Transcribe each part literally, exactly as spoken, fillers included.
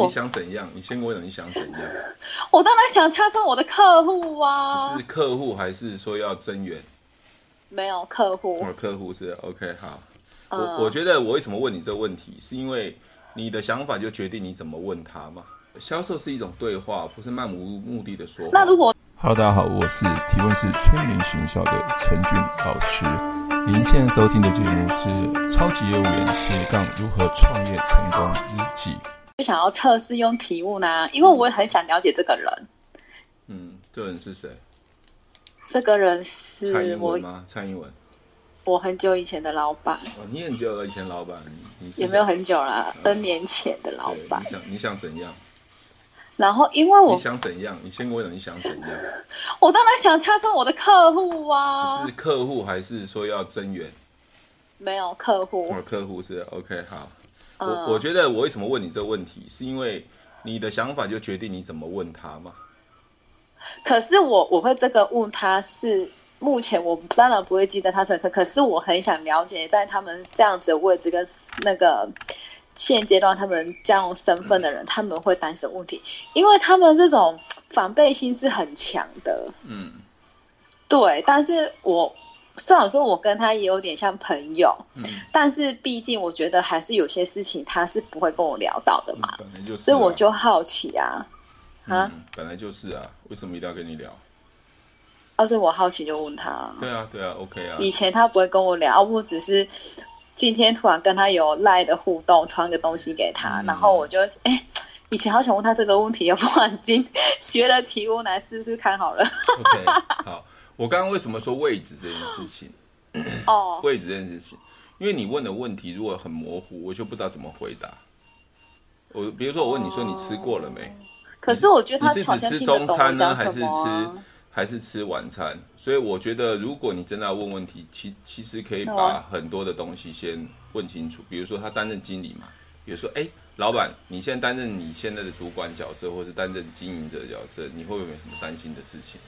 我你想怎样？你先跟我讲你想怎样？ 我当然想他成我的客户啊。 你是客户还是说要增援？ 没有客户。 哦，客户是 OK 好。 嗯、 我我觉得我为什么问你这个问题，是因为你的想法就决定你怎么问他嘛。销售是一种对话，不是漫无目的的说话。 那如果 Hello， 大家好，我是提问式催眠学校的陈俊老师。您现在收听的节目是《超级业务员斜杠如何创业成功日记》。 就想要测试用提问啊，因为我也很想了解这个人。 嗯，这个人是谁？ 这个人是蔡英我文吗？蔡英文。 我很久以前的老板。 哦，你很久以前老板，你你也没有很久啦 ，N、嗯、年前的老板。 你想你想怎样？ 然后因为我你想怎样？你先跟我讲你想怎样？ 我当然想他成我的客户啊。 你是客户还是说要增援？ 没有客户。 哦，客户是 OK 好。 嗯、 我我觉得我为什么问你这个问题，是因为你的想法就决定你怎么问他嘛。 可是我我会这个问他是。目前我当然不会记得他成客，可是我很想了解，在他们这样子的位置跟那个现阶段他们这样身份的人，他们会担心问题，因为他们这种防备心是很强的。嗯，对。但是我虽然说我跟他也有点像朋友，嗯、但是毕竟我觉得还是有些事情他是不会跟我聊到的嘛， 嗯、本来就是啊、 所以我就好奇啊，啊、 嗯，本来就是啊，为什么一定要跟你聊？ 要是我好奇就问他。 对啊，对啊 ，OK 啊。 以前他不会跟我聊，我只是今天突然跟他有赖的互动，传个东西给他，嗯、然后我就哎、欸，以前好想问他这个问题，要不然今学了提问来试试看好了。 OK， 好，我刚刚为什么说位置这件事情？哦，位置这件事情，因为你问的问题如果很模糊，我就不知道怎么回答。我比如说我问你说你吃过了没？哦、 可是我觉得他好像听得懂我讲什么。你是只吃中餐呢，还是吃？还是吃晚餐，所以我觉得，如果你真的要问问题，其其实可以把很多的东西先问清楚。比如说，他担任经理嘛，比如说，哎，老板，你现在担任你现在的主管角色，或是担任经营者的角色，你会不会有什么担心的事情？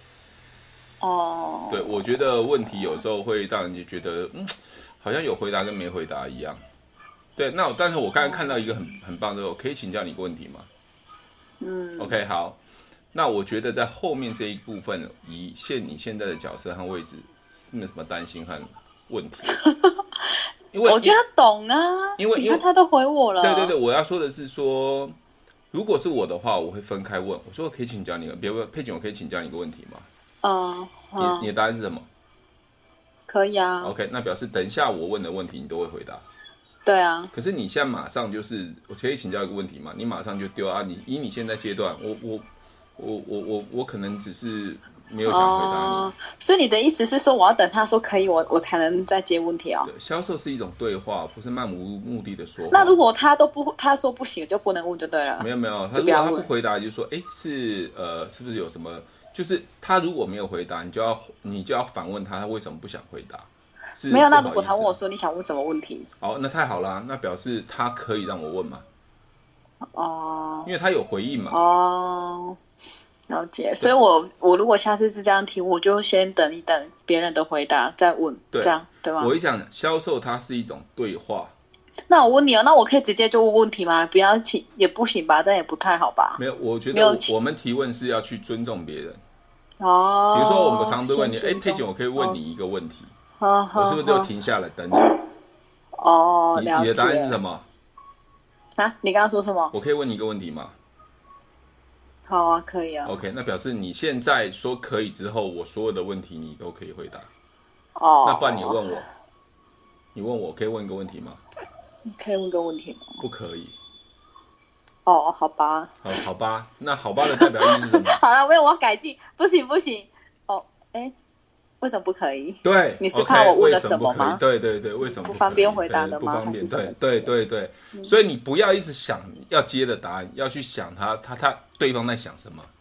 哦，对，我觉得问题有时候会让人觉得，嗯，好像有回答跟没回答一样。对，那但是我刚才看到一个很很棒的，我可以请教你一个问题吗？嗯 ，OK， 好。那我觉得在后面这一部分，以现你现在的角色和位置，没有什么担心和问题。 因为我觉得他懂啊， 因为你看他都回我了。 对对对，我要说的是说，如果是我的话，我会分开问。我说我可以请教你，别问佩锦，我可以请教你一个问题吗？嗯，嗯你你的答案是什么？ 可以啊。 OK， 那表示等一下我问的问题，你都会回答。 对啊。 可是你现在马上就是，我可以请教一个问题吗？你马上就丢啊！你以你现在阶段，我我。我我我我可能只是没有想回答你、哦， 所以你的意思是说，我要等他说可以，我我才能再接问题哦。 对，销售是一种对话，不是漫无目的的说话。 那如果他都不，他说不行，就不能问就对了。 没有没有，他如果他不回答，就说哎是呃是不是有什么？就是他如果没有回答，你就要你就要反问他，他为什么不想回答？是没有，那如果他问我说你想问什么问题？ 哦，那太好了，那表示他可以让我问嘛。哦，因为他有回应嘛。 哦。了解，所以我我如果下次是这样提，我就先等一等别人的回答再问， 对， 这样对吗？ 我一讲销售它是一种对话。 那我问你哦，那我可以直接就问问题吗？不要请也不行吧，这样也不太好吧？ 没有，我觉得 我, 我们提问是要去尊重别人。 哦， 比如说我们常常会问你，哎，佩姐，我可以问你一个问题，哦、我是不是就停下来等你？ 哦， 你你的答案是什么？ 啊？你刚刚说什么？ 我可以问你一个问题吗？ 好啊，可以啊。 OK， 那表示你现在说可以之后，我所有的问题你都可以回答。哦。那不然你问我，你问我可以问一个问题吗？ 你可以问个问题吗？ 不可以。 哦，好吧。 好，好吧，那好吧的代表意思是什么？ 好了，我有我要改进，不行不行。哦，哎，为什么不可以？ 对， 你是怕我问了什么吗？ 对对对，为什么不方便回答的吗？ 不方便，对对对对，嗯、所以你不要一直想要接的答案，要去想他他他对方在想什么。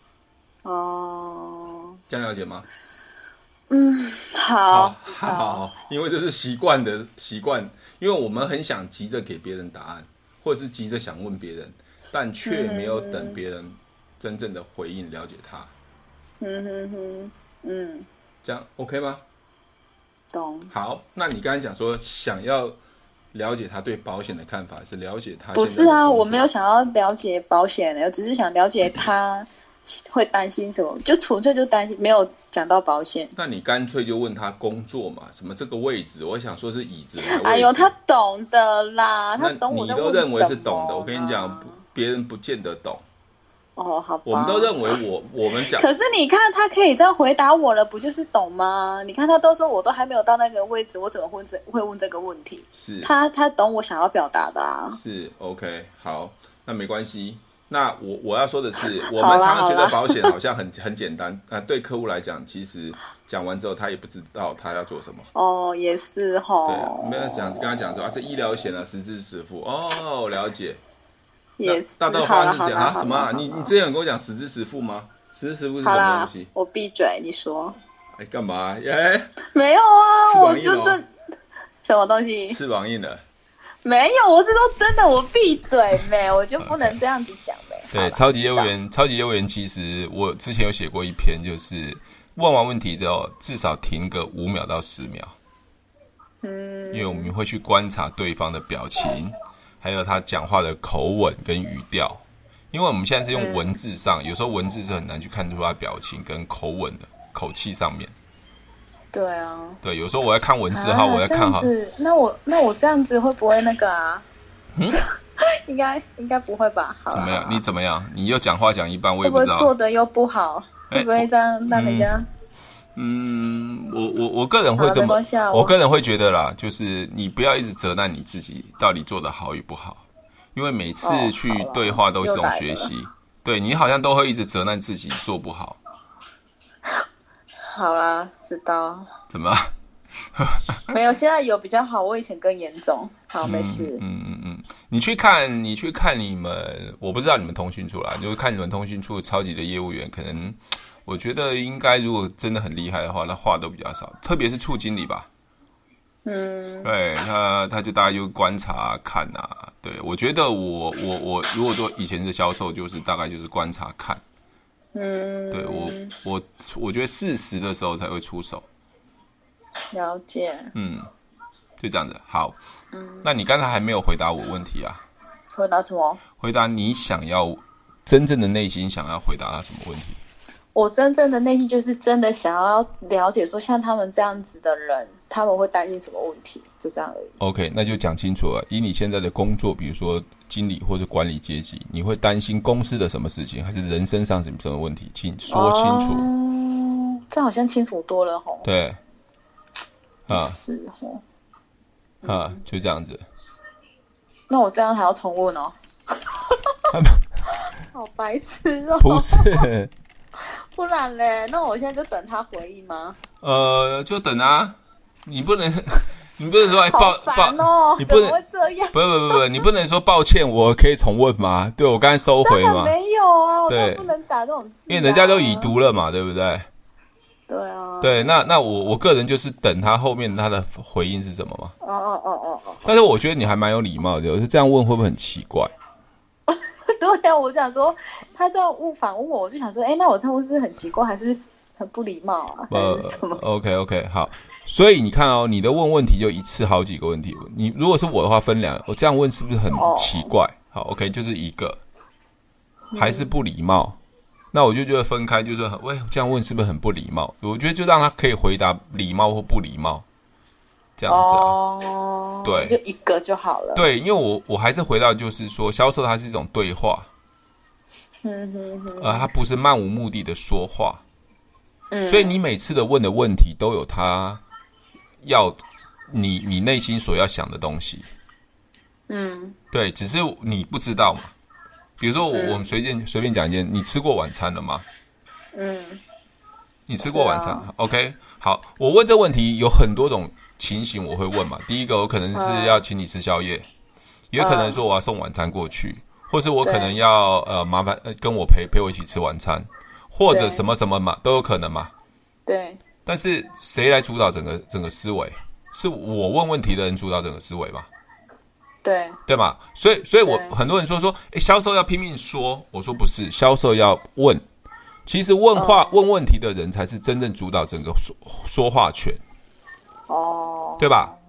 哦，这样了解吗？ 嗯，好， 好，好，因为这是习惯的习惯，因为我们很想急着给别人答案，或者是急着想问别人，但却没有等别人真正的回应了解他。嗯哼哼，嗯。这样 OK 吗？ 懂。 好，那你刚才讲说想要了解他对保险的看法，是了解他？ 不是啊，我没有想要了解保险，我只是想了解他会担心什么，就纯粹就担心，没有讲到保险。 那你干脆就问他工作嘛，什么这个位置？我想说是椅子的位置。 哎呦，他懂的啦，他懂我在问什么。 你都认为是懂的，我跟你讲，别人不见得懂。 哦，好吧。 我们都认为我我们讲， 可是你看他可以这样回答我了，不就是懂吗？你看他都说我都还没有到那个位置，我怎么会会问这个问题？ 是他他懂我想要表达的啊。 是 OK， 好，那没关系。那我我要说的是，我们常常觉得保险好像很很简单啊、呃，对客户来讲，其实讲完之后他也不知道他要做什么。 哦，也是齁。 对，没有讲跟他讲说啊，这医疗险啊，实支实付。哦，了解。 也是。 大道发生是讲啊什么、啊？你你之前有跟我讲实支实付吗？实支实付是什么东西？ 我闭嘴，你说。 哎，干嘛？哎， 没有啊，我就这什么东西？ 翅膀硬了。 没有，我是说真的，我闭嘴没，我就不能这样子讲呗。 对，超级业务员，超级业务员，其实我之前有写过一篇，就是问完问题的、哦、至少停个五秒到十秒，嗯，因为我们会去观察对方的表情，还有他讲话的口吻跟语调，因为我们现在是用文字上，嗯、有时候文字是很难去看出他表情跟口吻的口气上面。 对啊， 对，有时候我在看文字的话， 啊、 我在看好。 那我那我这样子会不会那个啊？嗯，应该应该不会吧？好， 怎么样？你怎么样？你又讲话讲一半，我也不知道。 会不会做的又不好？欸、会不会这样让人家？ 嗯，嗯我我我个人会这么，啊、我, 我个人会觉得啦，就是你不要一直责难你自己到底做的好与不好，因为每次去对话都是这种学习。哦、对你好像都会一直责难自己做不好。 好啦，知道。 怎么？ 没有，现在有比较好，我以前更严重。好，没事。 嗯嗯嗯，你去看，你去看你们，我不知道你们通讯处啦，就是看你们通讯处超级的业务员，可能我觉得应该，如果真的很厉害的话，那话都比较少，特别是处经理吧。嗯，对，他他就大概就观察看啊，对我觉得我我我如果说以前是销售，就是大概就是观察看。嗯，对我我我觉得适时的时候才会出手。 了解。 嗯，就这样子。好，嗯，那你刚才还没有回答我问题啊？ 回答什么？ 回答你想要真正的内心想要回答他什么问题？ 我真正的内心就是真的想要了解，说像他们这样子的人，他们会担心什么问题，就这样而已。 OK， 那就讲清楚了。以你现在的工作，比如说经理或者管理阶级，你会担心公司的什么事情，还是人身上什么什么问题？请说清楚。 哦，这好像清楚多了吼。 对。啊， 是吼。 啊，就这样子。 那我这样还要重问哦？好白痴哦！ 不是。 不然嘞，那我现在就等他回应吗？ 呃，就等啊，你不能，你不能说哎抱抱， 哦， 你不能怎么会这样？ 不不不不，你不能说抱歉，我可以重问吗？对我刚才收回嘛， 没有啊，我都不能打这种字、啊， 因为人家都已读了嘛，对不对？ 对啊， 对，那那我我个人就是等他后面他的回应是什么嘛。 哦哦哦哦哦。 但是我觉得你还蛮有礼貌的，我就这样问会不会很奇怪？ 对啊，我想说他这样误反问我，我就想说，哎，那我这样问是很奇怪，还是很不礼貌啊？呃，什么 ？OK OK， 好。所以你看哦，你的问问题就一次好几个问题。你如果是我的话，分两，我这样问是不是很奇怪？哦、好 ，OK， 就是一个，还是不礼貌？嗯、那我就觉得分开，就是很，喂，这样问是不是很不礼貌？我觉得就让他可以回答礼貌或不礼貌，这样子啊。 哦， 对， 就一个就好了。 对，因为我我还是回到就是说，销售它是一种对话， 嗯哼哼， 呃，它不是漫无目的的说话， 嗯， 所以你每次的问的问题都有它要你你内心所要想的东西， 嗯，对， 只是你不知道嘛。比如说我、嗯、我们随便随便讲一件，你吃过晚餐了吗？ 嗯， 你吃过晚餐、啊、？OK， 好，我问这问题有很多种情形我会问嘛。第一个，我可能是要请你吃宵夜，嗯、也可能说我要送晚餐过去，或是我可能要呃麻烦跟我陪陪我一起吃晚餐，或者什么什么嘛都有可能嘛。 对。 但是谁来主导整个整个思维？是我问问题的人主导整个思维嘛？ 对， 对嘛？所以，所以我很多人说说，哎，销售要拼命说，我说不是，销售要问。其实问话、哦、问问题的人才是真正主导整个说说话权。 哦， 对吧？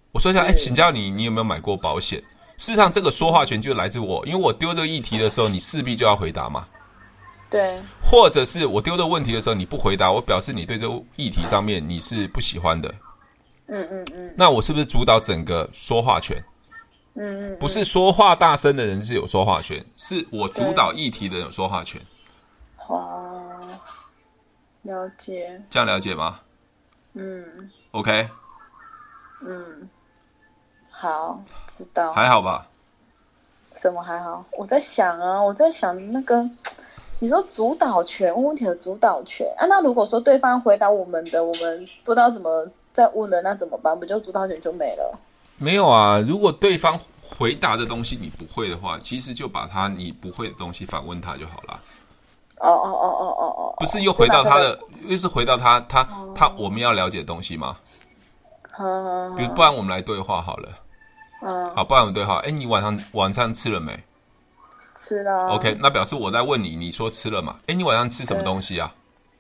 我说一下，哎，请教你，你有没有买过保险？事实上，这个说话权就来自我，因为我丢这个议题的时候，你势必就要回答嘛。 对。 或者是我丢的问题的时候，你不回答，我表示你对这个议题上面你是不喜欢的。 嗯嗯嗯。 那我是不是主导整个说话权？ 嗯 嗯, 嗯。 不是说话大声的人是有说话权，是我主导议题的人有说话权。 哦，了解。 这样了解吗？ 嗯。 OK。 嗯。好，知道。 还好吧？ 什么还好？我在想啊，我在想那个，你说主导权，问问题的主导权啊。那如果说对方回答我们的，我们不知道怎么再问的，那怎么办？不就主导权就没了？ 没有啊，如果对方回答的东西你不会的话，其实就把他你不会的东西反问他就好了。 哦哦哦哦哦哦， 不是又回到他的，又是回到他他他我们要了解的东西吗？ 好， 比如不然我们来对话好了。 嗯， 好，不然我们对话。哎，你晚上晚上吃了没？ 吃了。 OK， 那表示我在问你，你说吃了嘛？哎，你晚上吃什么东西啊？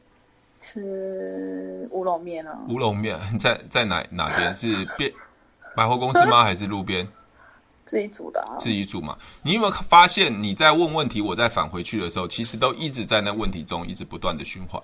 吃乌龙面啊。 乌龙面在在哪哪边？是便百货公司吗？还是路边？ 自己煮的、啊。 自己煮嘛？你有没有发现你在问问题，我在返回去的时候，其实都一直在那问题中一直不断的循环。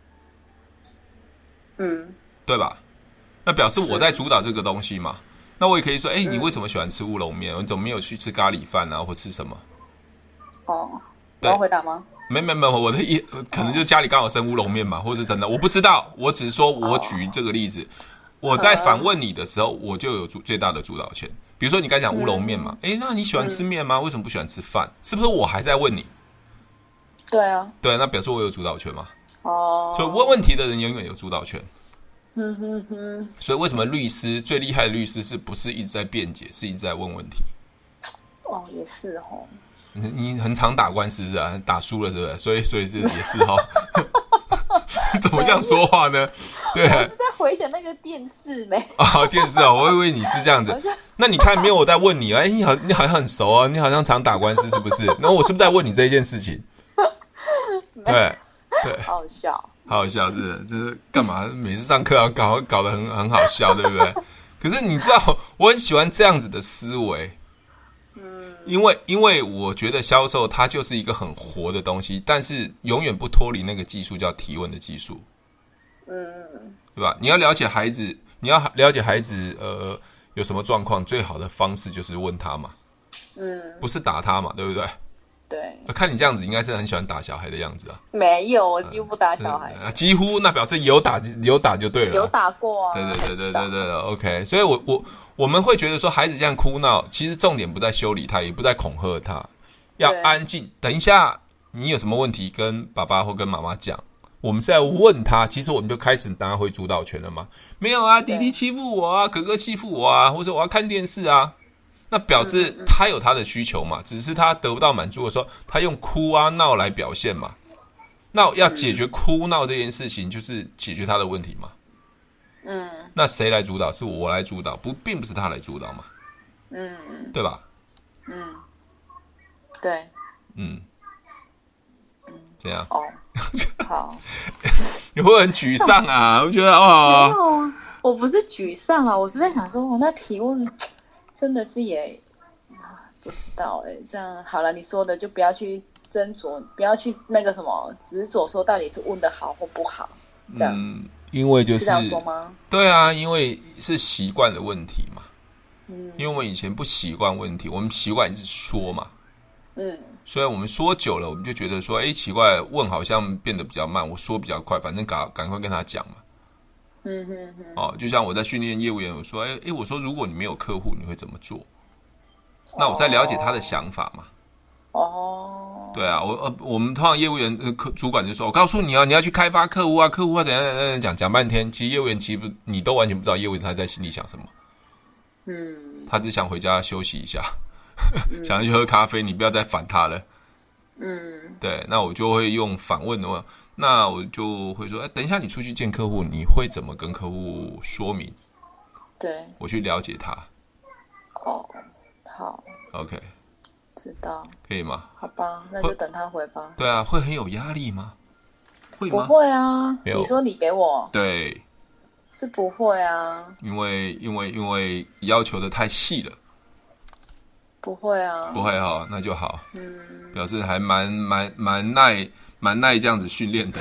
嗯， 对吧？那表示我在主导这个东西嘛。那我也可以说，哎，你为什么喜欢吃乌龙面？你怎么没有去吃咖喱饭啊，或吃什么？ 哦，我要回答吗？ 没没没，我的意可能就家里刚好生乌龙面嘛，或是真的，我不知道。我只是说我举这个例子，我在反问你的时候，我就有最大的主导权。比如说你刚才讲乌龙面嘛，哎，那你喜欢吃面吗？为什么不喜欢吃饭？是不是我还在问你？ 对啊， 对，那表示我有主导权嘛。 哦， 所以问问题的人永远有主导权。 哼哼哼。 所以为什么律师最厉害的律师是不是一直在辩解，是一直在问问题？ 哦，也是哦。 你你很常打官司是吧？打输了对不对？所以所以这也是哈、哦。怎么样说话呢？对， 我是在回想那个电视没啊，电视啊，我以为你是这样子。那你看，没有我在问你啊？哎，你好，你好像很熟啊，你好像常打官司是不是？然后我是不是在问你这一件事情？对对， 好好笑， 好好笑，是这是干嘛？每次上课啊，搞搞得很很好笑，对不对？可是你知道，我很喜欢这样子的思维。因为因为我觉得销售它就是一个很活的东西，但是永远不脱离那个技术叫提问的技术， 嗯， 对吧？你要了解孩子，你要了解孩子呃有什么状况，最好的方式就是问他嘛， 嗯， 不是打他嘛，对不对？ 对。 看你这样子，应该是很喜欢打小孩的样子啊。 没有，我几乎不打小孩。 呃、几乎那表示有打有打就对了。 有打过啊。 对对对对对对 ，OK。所以我我我们会觉得说，孩子这样哭闹，其实重点不在修理他，也不在恐吓他，要安静。等一下，你有什么问题跟爸爸或跟妈妈讲。我们是在问他，其实我们就开始拿回主导权了嘛。没有啊，弟弟欺负我啊，哥哥欺负我啊，或者我要看电视啊。那表示他有他的需求嘛，只是他得不到满足的时候，他用哭啊闹来表现嘛。那要解决哭闹这件事情，就是解决他的问题嘛。 嗯， 那谁来主导？是我来主导，不，并不是他来主导嘛。 嗯， 对吧？ 嗯，对， 嗯，这样哦，好。 你会很沮丧啊？我觉得哦， 没有啊，我不是沮丧啊，我是在想说，我那提问。真的是也不知道哎、欸，这样好了，你说的就不要去斟酌，不要去那个什么执着说到底是问的好或不好，这样。 嗯，因为就是是这样说吗？ 对啊，因为是习惯的问题嘛。 嗯， 因为我们以前不习惯问题，我们习惯一直说嘛。 嗯， 所以我们说久了，我们就觉得说，哎，奇怪，问好像变得比较慢，我说比较快，反正赶赶快跟他讲嘛。 嗯哼哼， 哦，就像我在训练业务员，我说，哎哎，我说如果你没有客户，你会怎么做？那我在了解他的想法嘛。 哦， 对啊，我呃，我们通常业务员呃主管就说，我告诉你啊，你要去开发客户啊，客户啊怎样怎样讲讲半天，其实业务员其实你都完全不知道业务员他在心里想什么。 嗯， 他只想回家休息一下，想要去喝咖啡，你不要再烦他了。 嗯， 对，那我就会用反问的话。那我就会说，哎，等一下你出去见客户，你会怎么跟客户说明？ 对， 我去了解他。 哦，好 ，OK， 知道， 可以吗？ 好吧，那就等他回吧。 对啊，会很有压力吗？会吗？ 不会啊， 没有你说你给我， 对， 是不会啊， 因为因为因为要求的太细了。 不会啊， 不会哈、哦，那就好。嗯，表示还蛮蛮蛮耐蛮耐这样子训练的。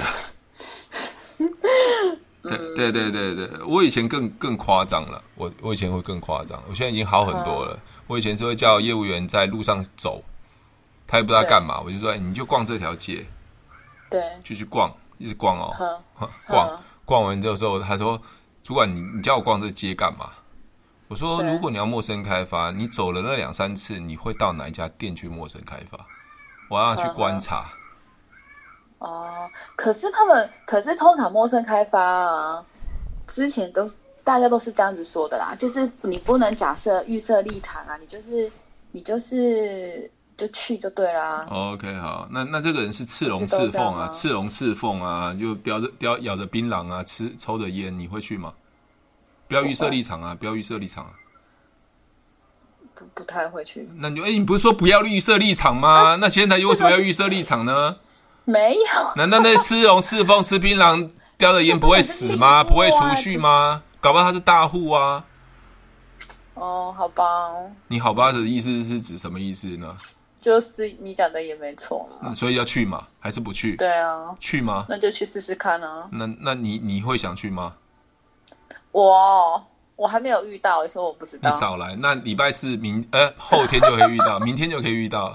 对对对对对，我以前更更夸张了，我我以前会更夸张，我现在已经好很多了。嗯、我以前是会叫业务员在路上走，他也不知道干嘛，我就说、哎、你就逛这条街， 对， 就去逛，一直逛哦，逛逛完之后，他说主管你你叫我逛这街干嘛？我说如果你要陌生开发，你走了那两三次，你会到哪一家店去陌生开发？我要去观察。 哦，可是他们，可是通常陌生开发啊，之前都大家都是这样子说的啦，就是你不能假设预设立场啊，你就是你就是就去就对啦。 OK， 好，那那这个人是刺龙刺凤啊，刺龙刺凤啊，就叼着叼咬着槟榔啊，吃抽着烟，你会去吗？不要预设立场啊，不要预设立场啊。 不不太会去。 那你哎、欸，你不是说不要预设立场吗？啊、那前台为什么要预设立场呢？ 没有， 难道那吃龙吃凤吃槟榔叼着烟不会死吗？不会储蓄吗？搞不好他是大户啊。 哦，好吧。 你好吧的意思是指什么意思呢？ 就是你讲的也没错啦、 嗯。所以要去吗？还是不去？ 对啊。 去吗？ 那就去试试看啊。 那那你你会想去吗？ 我我还没有遇到，所以我不知道。 你少来，那礼拜四明呃后天就可以遇到，明天就可以遇到。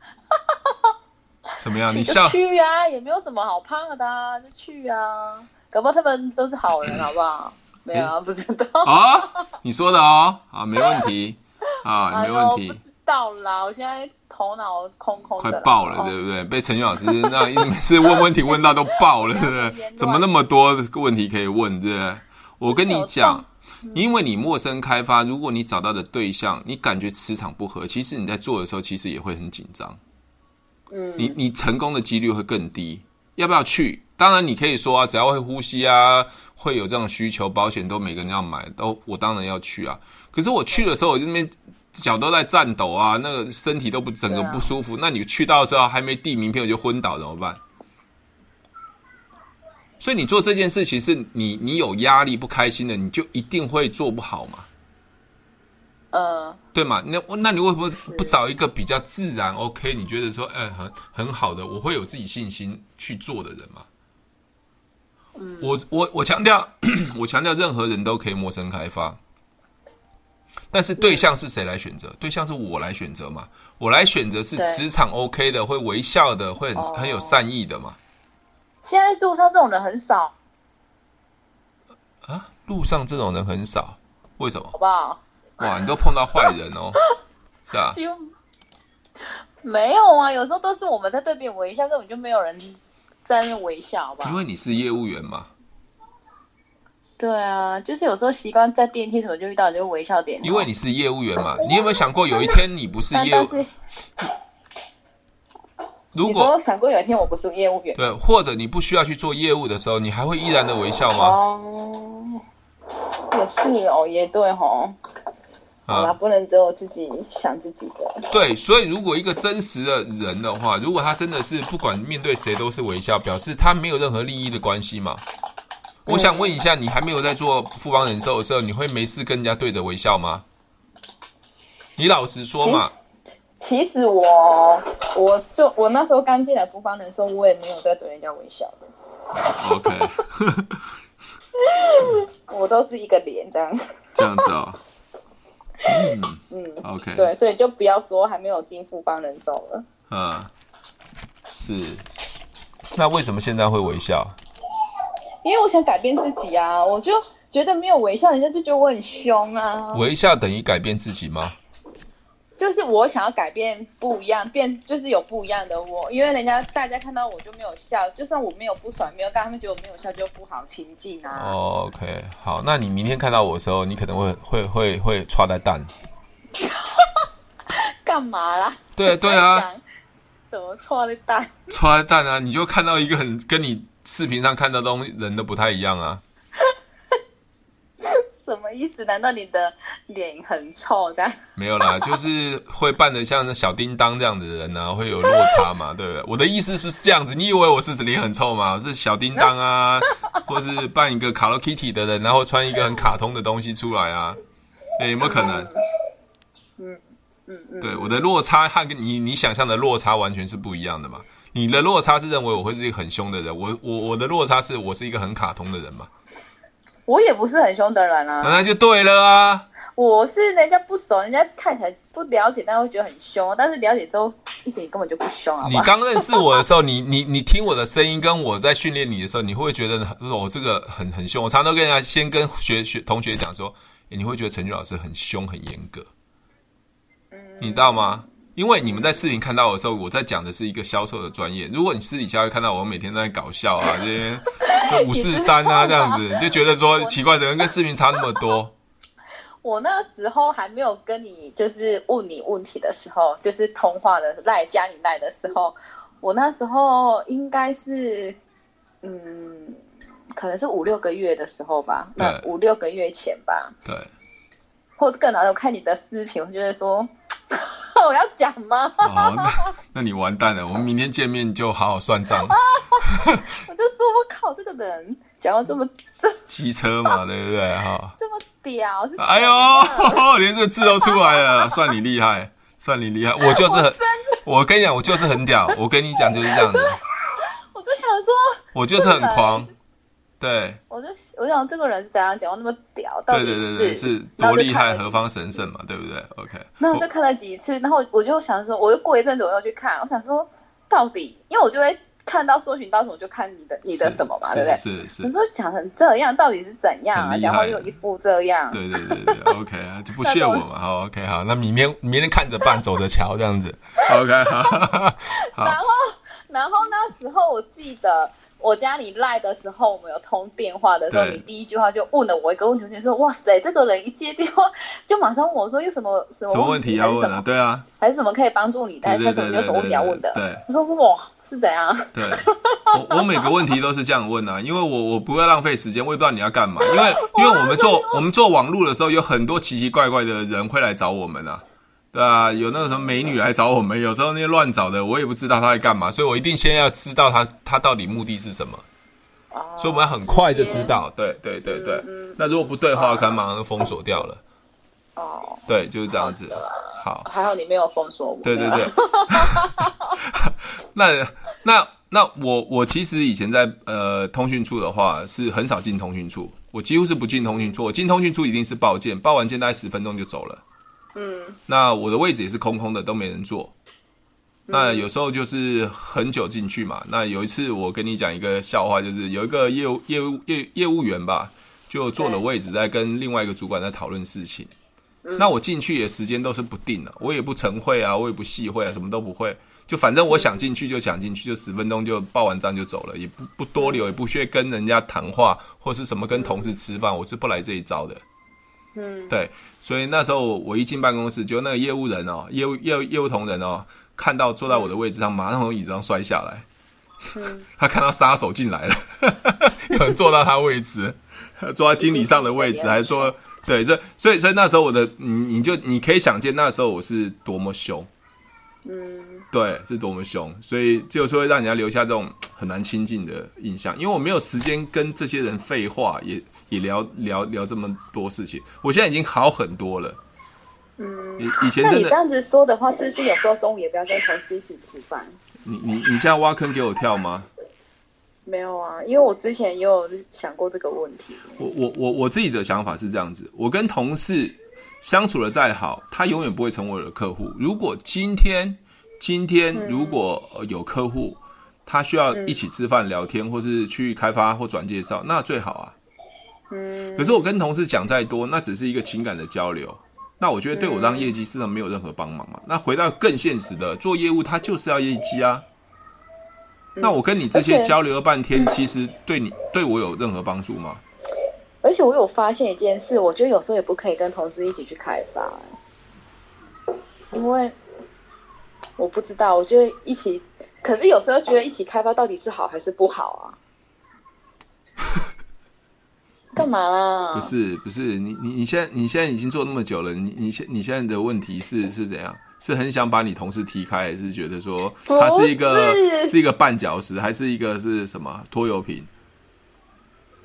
怎么样？你笑？ 去啊，也没有什么好怕的啊，就去啊。搞不好他们都是好人，好不好？没有啊，不知道。 哦，你说的哦，好，没问题啊，没问题。 哎、不知道啦，我现在头脑空空的， 快爆了，对不对？被陈宇老师那每次问问题问到都爆了，对不对？怎么那么多问题可以问，对不对？我跟你讲。因为你陌生开发，如果你找到的对象，你感觉磁场不合，其实你在做的时候，其实也会很紧张。嗯，你你成功的几率会更低。要不要去？当然你可以说啊，只要会呼吸啊，会有这种需求，保险都每个人要买，都我当然要去啊。可是我去的时候，我这边脚都在颤抖啊，那个身体都不整个不舒服。那你去到之后还没递名片，我就昏倒怎么办？所以你做这件事情是你你有压力不开心的，你就一定会做不好嘛， 呃， 对嘛？那那你为什么不找一个比较自然 OK？ 你觉得说，哎、欸，很很好的，我会有自己信心去做的人嘛？嗯，我我我强调，我强调，任何人都可以陌生开发，但是对象是谁来选择？对象是我来选择嘛？我来选择是磁场 OK 的，会微笑的，会很很有善意的嘛？ 现在路上这种人很少啊！路上这种人很少，为什么？ 好不好？ 哇，你都碰到坏人哦，是啊？ 没有啊，有时候都是我们在对别人微笑，根本就没有人在那边微笑吧？ 因为你是业务员嘛。 对啊，就是有时候习惯在电梯什么就遇到你就微笑点。 因为你是业务员嘛，你有没有想过有一天你不是业务？如果你想过有一天我不是业务员， 对，或者你不需要去做业务的时候，你还会依然的微笑吗？ 哦，也是哦，也对哦。好啦，不能只有自己想自己的。 对，所以如果一个真实的人的话，如果他真的是不管面对谁都是微笑，表示他没有任何利益的关系嘛。我想问一下，你还没有在做富邦人寿的时候，你会没事跟人家对着微笑吗？你老实说嘛。 其实我，我就我那时候刚进来富邦人寿，我也没有在对人家微笑的。 OK， 我都是一个脸这样。 这样子哦。嗯嗯 ，OK， 对，所以就不要说还没有进富邦人寿了。 嗯，是。那为什么现在会微笑？ 因为我想改变自己啊，我就觉得没有微笑，人家就觉得我很凶啊。 微笑等于改变自己吗？ 就是我想要改变不一样，变就是有不一样的我，因为人家大家看到我就没有笑，就算我没有不爽，没有跟他们觉得我没有笑就不好亲近啊。 哦 OK， 好，那你明天看到我的时候，你可能会会会会唰在蛋。 干嘛啦？ 对对啊， 怎么唰在蛋？ 唰在蛋啊！你就看到一个很跟你视频上看到的人都不太一样啊。 什么意思？难道你的脸很臭这样？ 没有啦，就是会扮得像小叮当这样的人啊，会有落差嘛，对不对？我的意思是这样子，你以为我是脸很臭吗？我是小叮当啊， 或是扮一个 Hello Kitty 的人，然后穿一个很卡通的东西出来啊？欸、有没有可能？ 嗯嗯嗯， 对，我的落差和你你想象的落差完全是不一样的嘛。你的落差是认为我会是一个很凶的人，我我我的落差是我是一个很卡通的人嘛。 我也不是很凶的人啊， 那就对了啊。 我是人家不熟，人家看起来不了解，但会觉得很凶，但是了解之后一点根本就不凶啊。 你刚认识我的时候，你你你听我的声音，跟我在训练你的时候，你会不会觉得我、哦、这个很很凶？我常常都跟人家先跟学学同学讲说，欸，你会觉得陈俊老师很凶很严格，你知道吗？因为你们在视频看到我的时候，我在讲的是一个销售的专业。如果你私底下会看到我每天都在搞笑啊，这些五四三啊这样子，你就觉得说奇怪，人跟视频差那么多。 我那时候还没有跟你就是问你问题的时候，就是通话的赖加你赖的时候，我那时候应该是嗯，可能是五六个月的时候吧，那五六个月前吧， 对， 或者更早，我看你的视频，我就会说。我要讲吗？ 哦，那那你完蛋了！我们明天见面就好好算账。 我就说，我靠，这个人讲到这么机车嘛，对不对？哈， 这么屌是？ 哎呦，连这个字都出来了，算你厉害，算你厉害。我就是很，我跟你讲，我就是很屌。我跟你讲就是这样子。 我就想说， 我就是很狂。对， 我就我想这个人是怎样讲话那么屌？到底对对对对，是多厉害，何方神圣嘛，对不对 ？OK。 那我就看了几次，然后我就想说，我又过一阵子我又去看，我想说到底，因为我就会看到搜寻到什么就看你的你的什么嘛，对不对？ 是是。 我说讲成这样到底是怎样啊？讲话又一副这样。 对对对对 ，OK 啊，就不屑我嘛，好 OK 好，那明天明天看着办，走着瞧这样子 ，OK 好。 然后然后那时候我记得。我加你赖的时候，我们有通电话的时候，你第一句话就问了我一个问题，就说：“哇塞，这个人一接电话就马上问我说有什么什么什么问题要问啊？对啊， 还是什么可以帮助你的？还是什么有什么问题要问的？” 对， 我说：“哇，是怎样？” 对，我我每个问题都是这样问啊，因为我我不会浪费时间，我也不知道你要干嘛，因为因为我们做我们做网络的时候，有很多奇奇怪怪的人会来找我们啊。对啊，有那个什么美女来找我们，有时候那些乱找的，我也不知道他在干嘛，所以我一定先要知道他他到底目的是什么，哦、所以我们要很快就知道，对对对对。嗯、那如果不对的话，可能马上就封锁掉了。哦，对，就是这样子。好， 还好你没有封锁我。 对对对。那那那我我其实以前在呃通讯处的话是很少进通讯处，我几乎是不进通讯处，我进通讯处一定是报件，报完件大概十分钟就走了。嗯，那我的位置也是空空的，都没人坐。那有时候就是很久进去嘛。那有一次我跟你讲一个笑话，就是有一个业务业务业业务员吧，就坐了位置在跟另外一个主管在讨论事情。那我进去的时间都是不定的，我也不晨会啊，我也不系会啊，什么都不会，就反正我想进去就想进去，就十分钟就报完账就走了，也不不多留，也不需要跟人家谈话或是什么跟同事吃饭，我是不来这一招的。嗯，对，所以那时候我一进办公室，就那个业务人哦，业务业务业务同仁哦，看到坐在我的位置上，马上从椅子上摔下来。嗯，他看到杀手进来了，有人坐到他位置，坐在经理上的位置，还坐对，所以所以所以那时候我的你你就你可以想见那时候我是多么凶。嗯，对，是多么凶，所以就是会让人家留下这种很难亲近的印象，因为我没有时间跟这些人废话，也也聊聊聊这么多事情。我现在已经好很多了。嗯，以前真的。 那你这样子说的话，是不是有时候中午也不要跟同事一起吃饭？ 你你你现在挖坑给我跳吗？ 没有啊，因为我之前也有想过这个问题。 我我我我自己的想法是这样子，我跟同事相处的再好，他永远不会成为我的客户。如果今天今天如果有客户，他需要一起吃饭聊天，或是去开发或转介绍，那最好啊。嗯。可是我跟同事讲再多，那只是一个情感的交流。那我觉得对我让业绩市场没有任何帮忙嘛。那回到更现实的，做业务他就是要业绩啊。那我跟你这些交流了半天，其实对你对我有任何帮助吗？ 而且我有发现一件事，我觉得有时候也不可以跟同事一起去开发，因为我不知道，我觉得一起，可是有时候觉得一起开发到底是好还是不好啊？干嘛啦？ 不是不是，你你你现在你现在已经做那么久了，你你现你现在的问题是是怎样？是很想把你同事踢开，还是觉得说他是一个 是, 是一个绊脚石，还是一个是什么拖油瓶？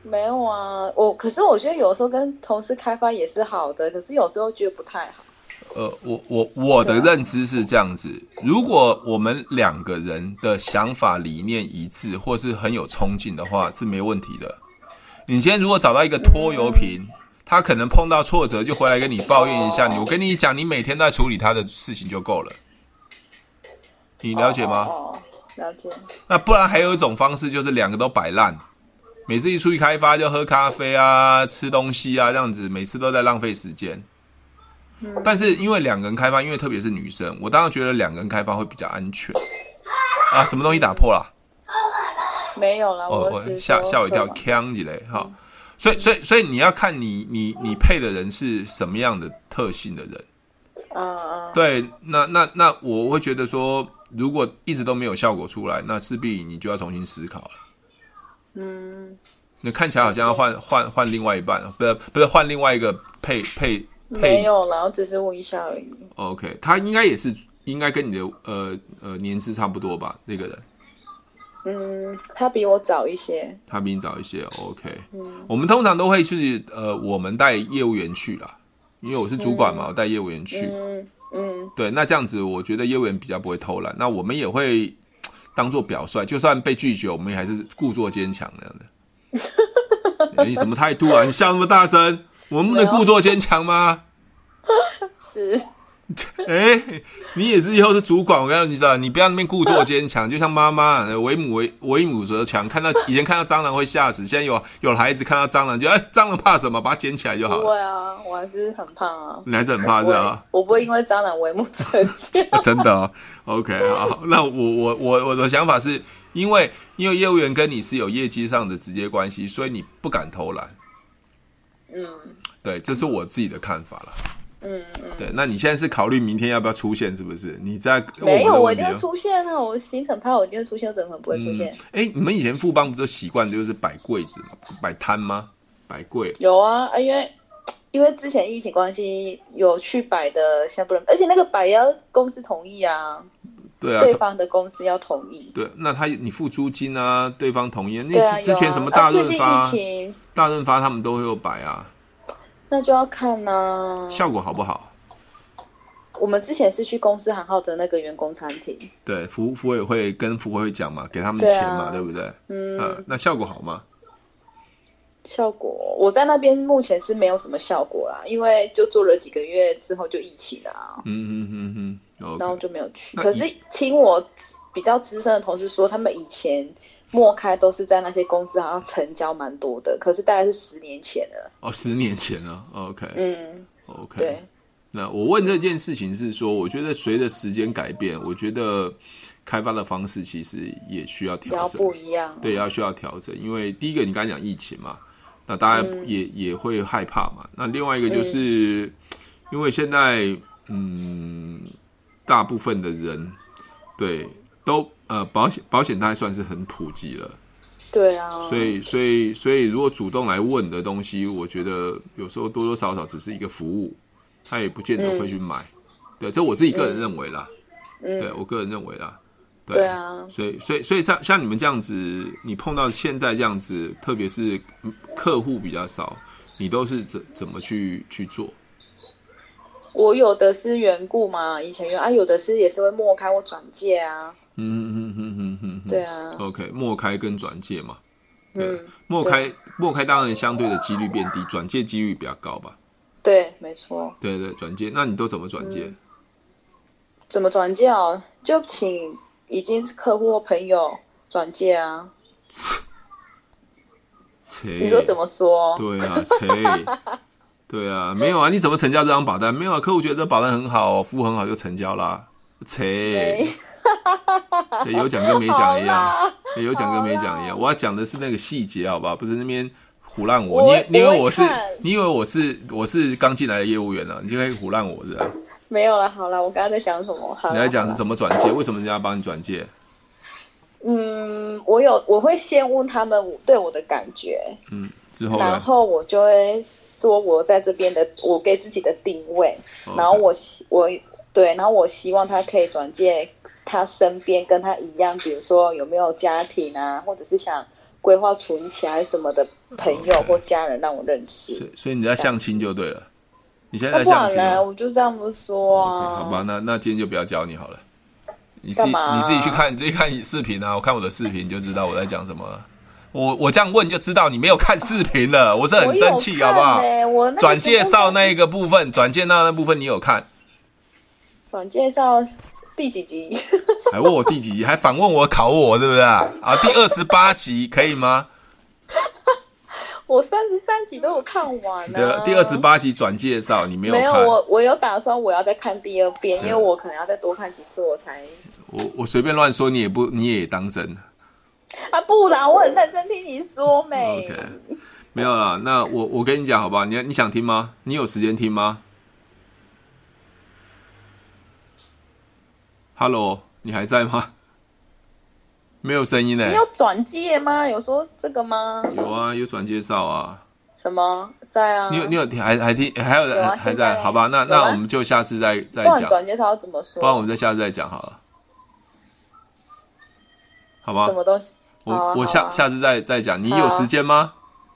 没有啊，我可是我觉得有时候跟同事开发也是好的，可是有时候觉得不太好。 呃，我我我的认知是这样子，如果我们两个人的想法理念一致，或是很有冲劲的话，是没问题的。你今天如果找到一个拖油瓶，嗯、他可能碰到挫折就回来跟你抱怨一下，哦、我跟你讲，你每天都在处理他的事情就够了。你了解吗？ 哦，哦了解。 那不然还有一种方式，就是两个都摆烂。每次一出去开发就喝咖啡啊、吃东西啊，这样子，每次都在浪费时间。嗯、但是因为两个人开发，因为特别是女生，我当然觉得两个人开发会比较安全。啊，什么东西打破了？ 没有啦， 我我吓吓我一跳，锵起来哈。所以所以所以你要看你你你配的人是什么样的特性的人。 嗯嗯。 对，那那那我会觉得说，如果一直都没有效果出来，那势必你就要重新思考了。嗯，那看起来好像要换换换另外一半，不是不是换另外一个配配配， 没有啦，我只是问一下而已。 OK， 他应该也是应该跟你的呃呃年资差不多吧？那个人， 嗯，他比我早一些， 他比你早一些。OK，嗯，我们通常都会去呃，我们带业务员去啦，因为我是主管嘛，嗯、我带业务员去。嗯嗯，对，那这样子我觉得业务员比较不会偷懒，那我们也会。当做表率，就算被拒绝，我们也还是故作坚强那样的。欸、你什么态度啊？你笑那么大声，我们不能故作坚强吗？ 是。 哎、欸，你也是以后是主管，我跟你讲，你不要那边故作坚强，就像妈妈为母为为母则强。看到以前看到蟑螂会吓死，现在有有了孩子看到蟑螂就哎，蟑螂怕什么？把它捡起来就好了。 对啊，我还是很怕啊。 你还是很怕是吧？ 我不会因为蟑螂为母则强。 真的哦 ，OK， 好，那我我我我的想法是因为因为业务员跟你是有业绩上的直接关系，所以你不敢偷懒。嗯，对，这是我自己的看法啦。嗯嗯，对，那你现在是考虑明天要不要出现，是不是？你在没有，我一定会出现啊！我行程派我一定会出现，我怎么可能不会出现？ 哎、嗯，你们以前富邦不是习惯就是摆柜子吗？摆摊吗？摆柜有啊，因为因为之前疫情关系有去摆的，现在不能，而且那个摆要公司同意啊。 对啊， 对方的公司要同意。 对，那他你付租金啊，对方同意。那、啊、之前什么大润发、啊、大润发他们都会有摆啊。 那就要看啊， 效果好不好？ 我们之前是去公司行号的那个员工餐厅， 对，服服委会跟服委会讲嘛，给他们钱嘛， 对,、啊、对不对？嗯、呃，那效果好吗？ 效果我在那边目前是没有什么效果啦，因为就做了几个月之后就疫情了、啊，嗯嗯嗯嗯， okay. 然后就没有去。可是听我比较资深的同事说，他们以前默开都是在那些公司好像成交蛮多的，可是大概是十年前了。 哦，十年前了 ，OK， 嗯 ，OK， 对。 那我问这件事情是说，我觉得随着时间改变，我觉得开发的方式其实也需要调整， 要不一样， 对，要需要调整。因为第一个你刚才讲疫情嘛，那大家也、嗯、也会害怕嘛。那另外一个就是，嗯、因为现在嗯，大部分的人对都呃保险保险它还算是很普及了。 对啊， 所以所以所以如果主动来问的东西，我觉得有时候多多少少只是一个服务，他也不见得会去买。嗯、对，这我自己个人认为啦。嗯、对我个人认为啦。对, 对啊， 所以所以所以像像你们这样子，你碰到现在这样子，特别是客户比较少，你都是怎怎么去去做？ 我有的是缘故嘛，以前缘啊，有的是也是会默开或转介啊。 嗯嗯嗯嗯嗯， 对啊 ，OK， 默开跟转介嘛，对，嗯、默开默开当然相对的几率变低，转介几率比较高吧？ 对，没错。 对对，转介，那你都怎么转介？ 嗯、怎么转介哦？就请已经是客户或朋友转介啊。你说怎么说？ 对啊，对啊，没有啊，你怎么成交这张保单？没有啊，客户觉得这保单很好，服务很好就成交啦。切。有讲跟没讲一样，有讲跟没讲一样。我要讲的是那个细节，好不好？不是那边唬烂我。 我你你以为我是你以为我是我是刚进来的业务员啊？你就可以唬烂我是吧？ 没有啦，好啦，我刚刚在讲什么？ 你在讲是怎么转介？为什么人家要帮你转介？ 嗯，我有我会先问他们对我的感觉， 嗯，之后然后我就会说我在这边的我给自己的定位， okay. 然后我我。对，然后我希望他可以转介他身边跟他一样，比如说有没有家庭啊，或者是想规划存起来什么的朋友或家人让我认识。 所以所以你在相亲就对了。你现在在不相亲、 然呢？我就这样不说啊。 Okay, 好吧，那那今天就不要教你好了。你自己干嘛啊你自己去看，你自己看视频啊！我看我的视频就知道我在讲什么了。我我这样问就知道你没有看视频了，我是很生气，好不好？ 我转介绍那一个部分，转介绍那部分你有看？ 转介绍第几集？ 还问我第几集，还反问我考我，对不对啊？啊，第二十八集可以吗？ 我三十三集都有看完了、 啊。第二十八集转介绍你没有看？ 没有，我我有打算我要再看第二遍，因为我可能要再多看几次我才。 我我随便乱说，你也不你也当真啊？不然我很认真听你说没。 OK， 没有啦。那我我跟你讲好不好？你你想听吗？你有时间听吗 ？Hello， 你还在吗？没有声音呢、欸。 你有转介吗？有说这个吗？ 有啊，有转介绍啊。 什么在啊？ 你有你有还还听还有还、啊、还在？好吧，那那我们就下次再再讲。 转介绍要怎么说？ 不然我们再下次再讲好了，好吧？ 什么东西？ 我、 啊、 我下、 啊、 下次再再讲。你有时间吗？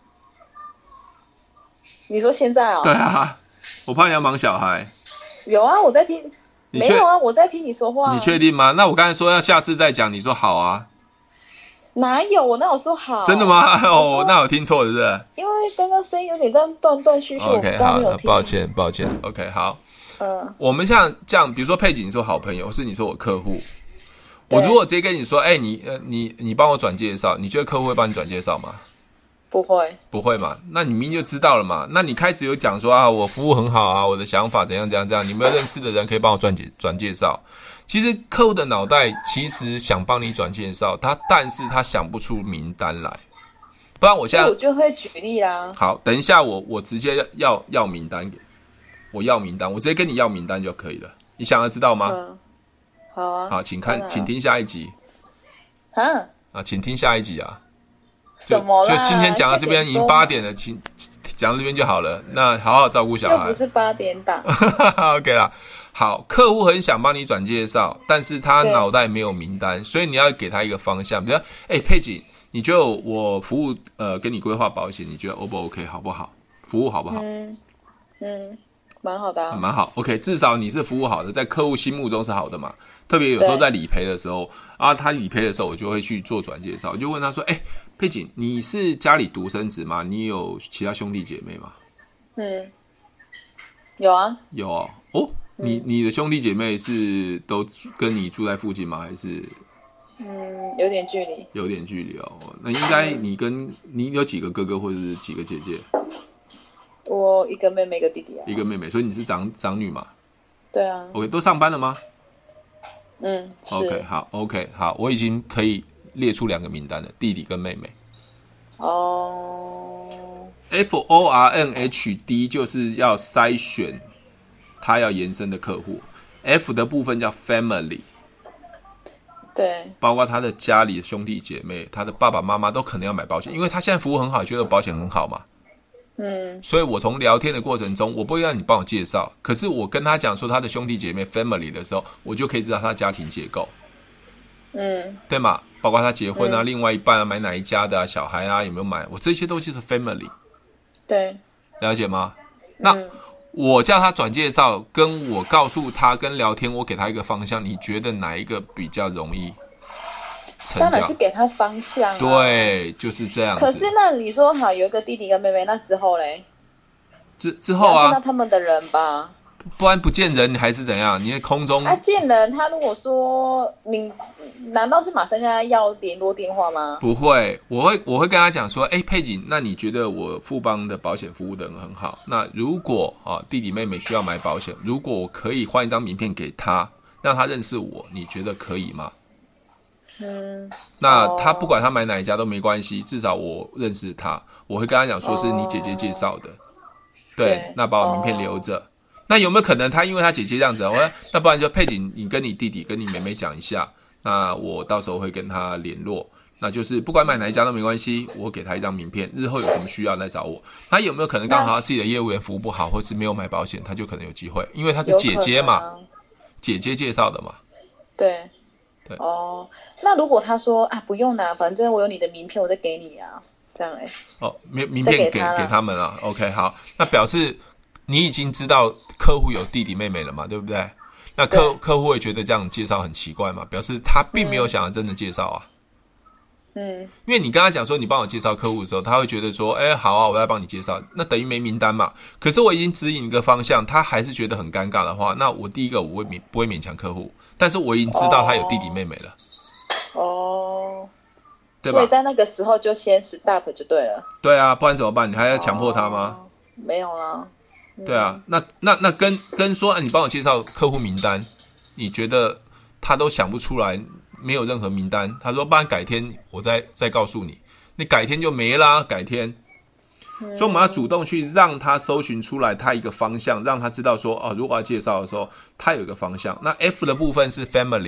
你说现在啊、哦？ 对啊，我怕你要忙小孩。 有啊，我在听。没有啊，我在听你说话、啊。 你确定吗？那我刚才说要下次再讲，你说好啊？ 哪有？我哪有说好？ 真的吗？哦，那我听错了，是不是？ 因为刚刚声音有点这样断断续续 ，OK， 我刚没有听。 抱歉，抱歉。OK， 好。 嗯， 我们像这样，比如说佩锦，你说好朋友，或是你说我客户，我如果直接跟你说，哎、欸，你呃，你你帮我转介绍，你觉得客户会帮你转介绍吗？ 不会， 不会嘛？那你明明就知道了嘛？那你开始有讲说啊，我服务很好啊，我的想法怎样怎样怎样，你没有认识的人可以帮我转介转介绍。其实客户的脑袋其实想帮你转介绍，他但是他想不出名单来。不然我现在我就会举例啦。 好，等一下我我直接要要名单给，我要名单，我直接跟你要名单就可以了。你想要知道吗？ 嗯，好啊。 好，请看，请听下一集。 啊啊，请听下一集啊。 什么啦？ 就今天讲到这边已经八点了，请讲到这边就好了。那好好照顾小孩。 又不是八点档。 OK 啦，好，客户很想帮你转介绍，但是他脑袋没有名单，所以你要给他一个方向。比如说，哎、欸，佩锦，你觉得我服务呃跟你规划保险，你觉得 O 不 OK， 好不好？服务好不好？ 嗯嗯，蛮好的、啊， 蛮好。OK， 至少你是服务好的，在客户心目中是好的嘛。特别有时候在理赔的时候啊，他理赔的时候，我就会去做转介绍，我就问他说：“哎、欸，佩锦，你是家里独生子吗？你有其他兄弟姐妹吗？” 嗯，有啊， 有哦。哦，你你的兄弟姐妹是都跟你住在附近吗？还是？ 嗯，有点距离。 有点距离哦。那应该你跟你有几个哥哥或者是几个姐姐？ 我一个妹妹，一个弟弟啊。 一个妹妹，所以你是长长女嘛？ 对啊。 OK， 都上班了吗？ 嗯 ，OK， 好 ，OK， 好，我已经可以列出两个名单了，弟弟跟妹妹。 哦。 F O R N H D 就是要筛选他要延伸的客户 ，F 的部分叫 Family， 对， 包括他的家里的兄弟姐妹，他的爸爸妈妈都可能要买保险，因为他现在服务很好，觉得保险很好嘛。 嗯， 所以我从聊天的过程中，我不会让你帮我介绍，可是我跟他讲说他的兄弟姐妹 family 的时候，我就可以知道他的家庭结构， 嗯， 对吗？包括他结婚啊， 嗯、 另外一半啊，买哪一家的啊，小孩啊有没有买，我这些东西是 family， 对， 了解吗？那、嗯、我叫他转介绍，跟我告诉他跟聊天，我给他一个方向，你觉得哪一个比较容易？ 当然是给他方向、啊， 对，就是这样子。 可是那你说好有一个弟弟跟妹妹，那之后嘞？ 之之后啊， 见到他们的人吧， 不然不见人，你还是怎样？你在空中啊见人，他如果说你，难道是马上跟他要联络电话吗？ 不会，我会我会跟他讲说，哎，佩锦，那你觉得我富邦的保险服务的很好？那如果啊弟弟妹妹需要买保险，如果我可以换一张名片给他，让他认识我，你觉得可以吗？ 嗯， 那他不管他买哪一家都没关系，至少我认识他，我会跟他讲说是你姐姐介绍的，哦、对, 对，那把我名片留着。哦、那有没有可能他因为他姐姐这样子，我说那不然就佩锦，你跟你弟弟跟你妹妹讲一下，那我到时候会跟他联络，那就是不管买哪一家都没关系，我给他一张名片，日后有什么需要来找我。他有没有可能刚好他自己的业务员服务不好，或是没有买保险，他就可能有机会，因为他是姐姐嘛，姐姐介绍的嘛， 对。 对哦，那如果他说啊不用啦，反正我有你的名片，我再给你啊，这样哎、欸。 哦，名名片给给他给他们啊 ，OK 好，那表示你已经知道客户有弟弟妹妹了嘛，对不对？那客客户会觉得这样介绍很奇怪嘛？表示他并没有想要真的介绍啊。嗯，因为你跟他讲说你帮我介绍客户的时候，他会觉得说，哎，好啊，我要帮你介绍，那等于没名单嘛。可是我已经指引一个方向，他还是觉得很尴尬的话，那我第一个我会勉不会勉强客户，但是我已经知道他有弟弟妹妹了。 哦， 对吧？ 所以在那个时候就先 stop 就对了。 对啊，不然怎么办？你还要强迫他吗？ 哦、没有啊。 对啊，那那那跟跟说、啊，你帮我介绍客户名单，你觉得他都想不出来，没有任何名单。他说，不然改天我再再告诉你，你改天就没啦，改天。嗯、所以我们要主动去让他搜寻出来他一个方向，让他知道说，哦，如果要介绍的时候，他有一个方向。那 F 的部分是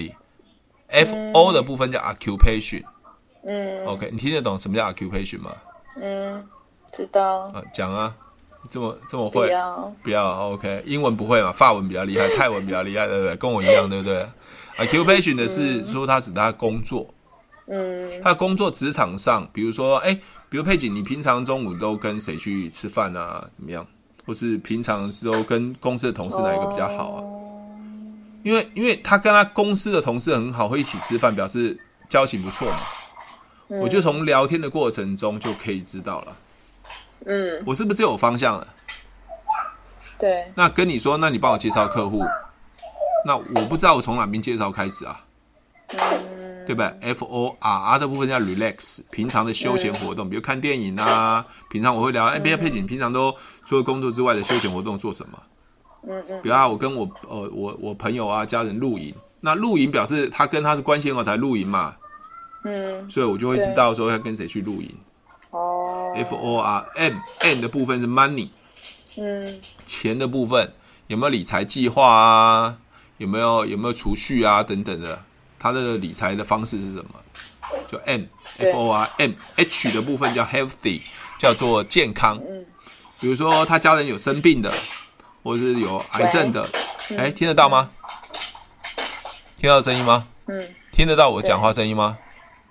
family，F O 的部分叫 occupation。嗯 ，OK， 你听得懂什么叫 occupation 吗？ 嗯，知道。 啊，讲啊。这么这么会？ 不要， 不要 OK。英文不会嘛？法文比较厉害，泰文比较厉害，对不对？跟我一样，对不对 ？Occupation 的是说他指他工作，嗯，他的工作职场上，比如说，哎，比如佩锦，你平常中午都跟谁去吃饭啊？怎么样？或是平常都跟公司的同事哪一个比较好啊？因为因为他跟他公司的同事很好，会一起吃饭，表示交情不错嘛。我就从聊天的过程中就可以知道了。嗯，我是不是有方向了？ 对。 那跟你说，那你帮我介绍客户，那我不知道我从哪边介绍开始啊？嗯，对吧 ？F O R R 的部分叫 relax， 平常的休闲活动，嗯、比如看电影啊。平常我会聊，哎，别佩锦，平常都除了工作之外的休闲活动做什么？嗯嗯。比如啊，我跟我呃我我朋友啊家人露营，那露营表示他跟他是关系很好才露营嘛。嗯。所以我就会知道说要跟谁去露营。哦 ，F O R M N 的部分是 money， 嗯，钱的部分有没有理财计划啊？有没有有没有储蓄啊？等等的，他的理财的方式是什么？就 M F O R M H 的部分叫 healthy， 叫做健康。嗯，比如说他家人有生病的，或者是有癌症的，哎、嗯，听得到吗？听到声音吗？嗯，听得到我讲话声音吗？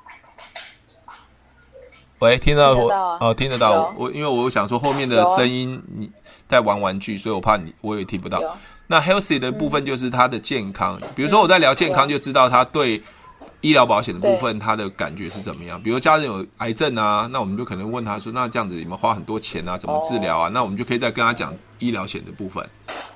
喂，听得到我？ 啊、 哦，听得到我，因为我想说后面的声音你在玩玩具，所以我怕你我也听不到。那 healthy 的部分就是他的健康，嗯、比如说我在聊健康，就知道他对医疗保险的部分他的感觉是怎么样。比如家人有癌症啊，那我们就可能问他说，那这样子你们花很多钱啊，怎么治疗啊？哦、那我们就可以再跟他讲医疗险的部分。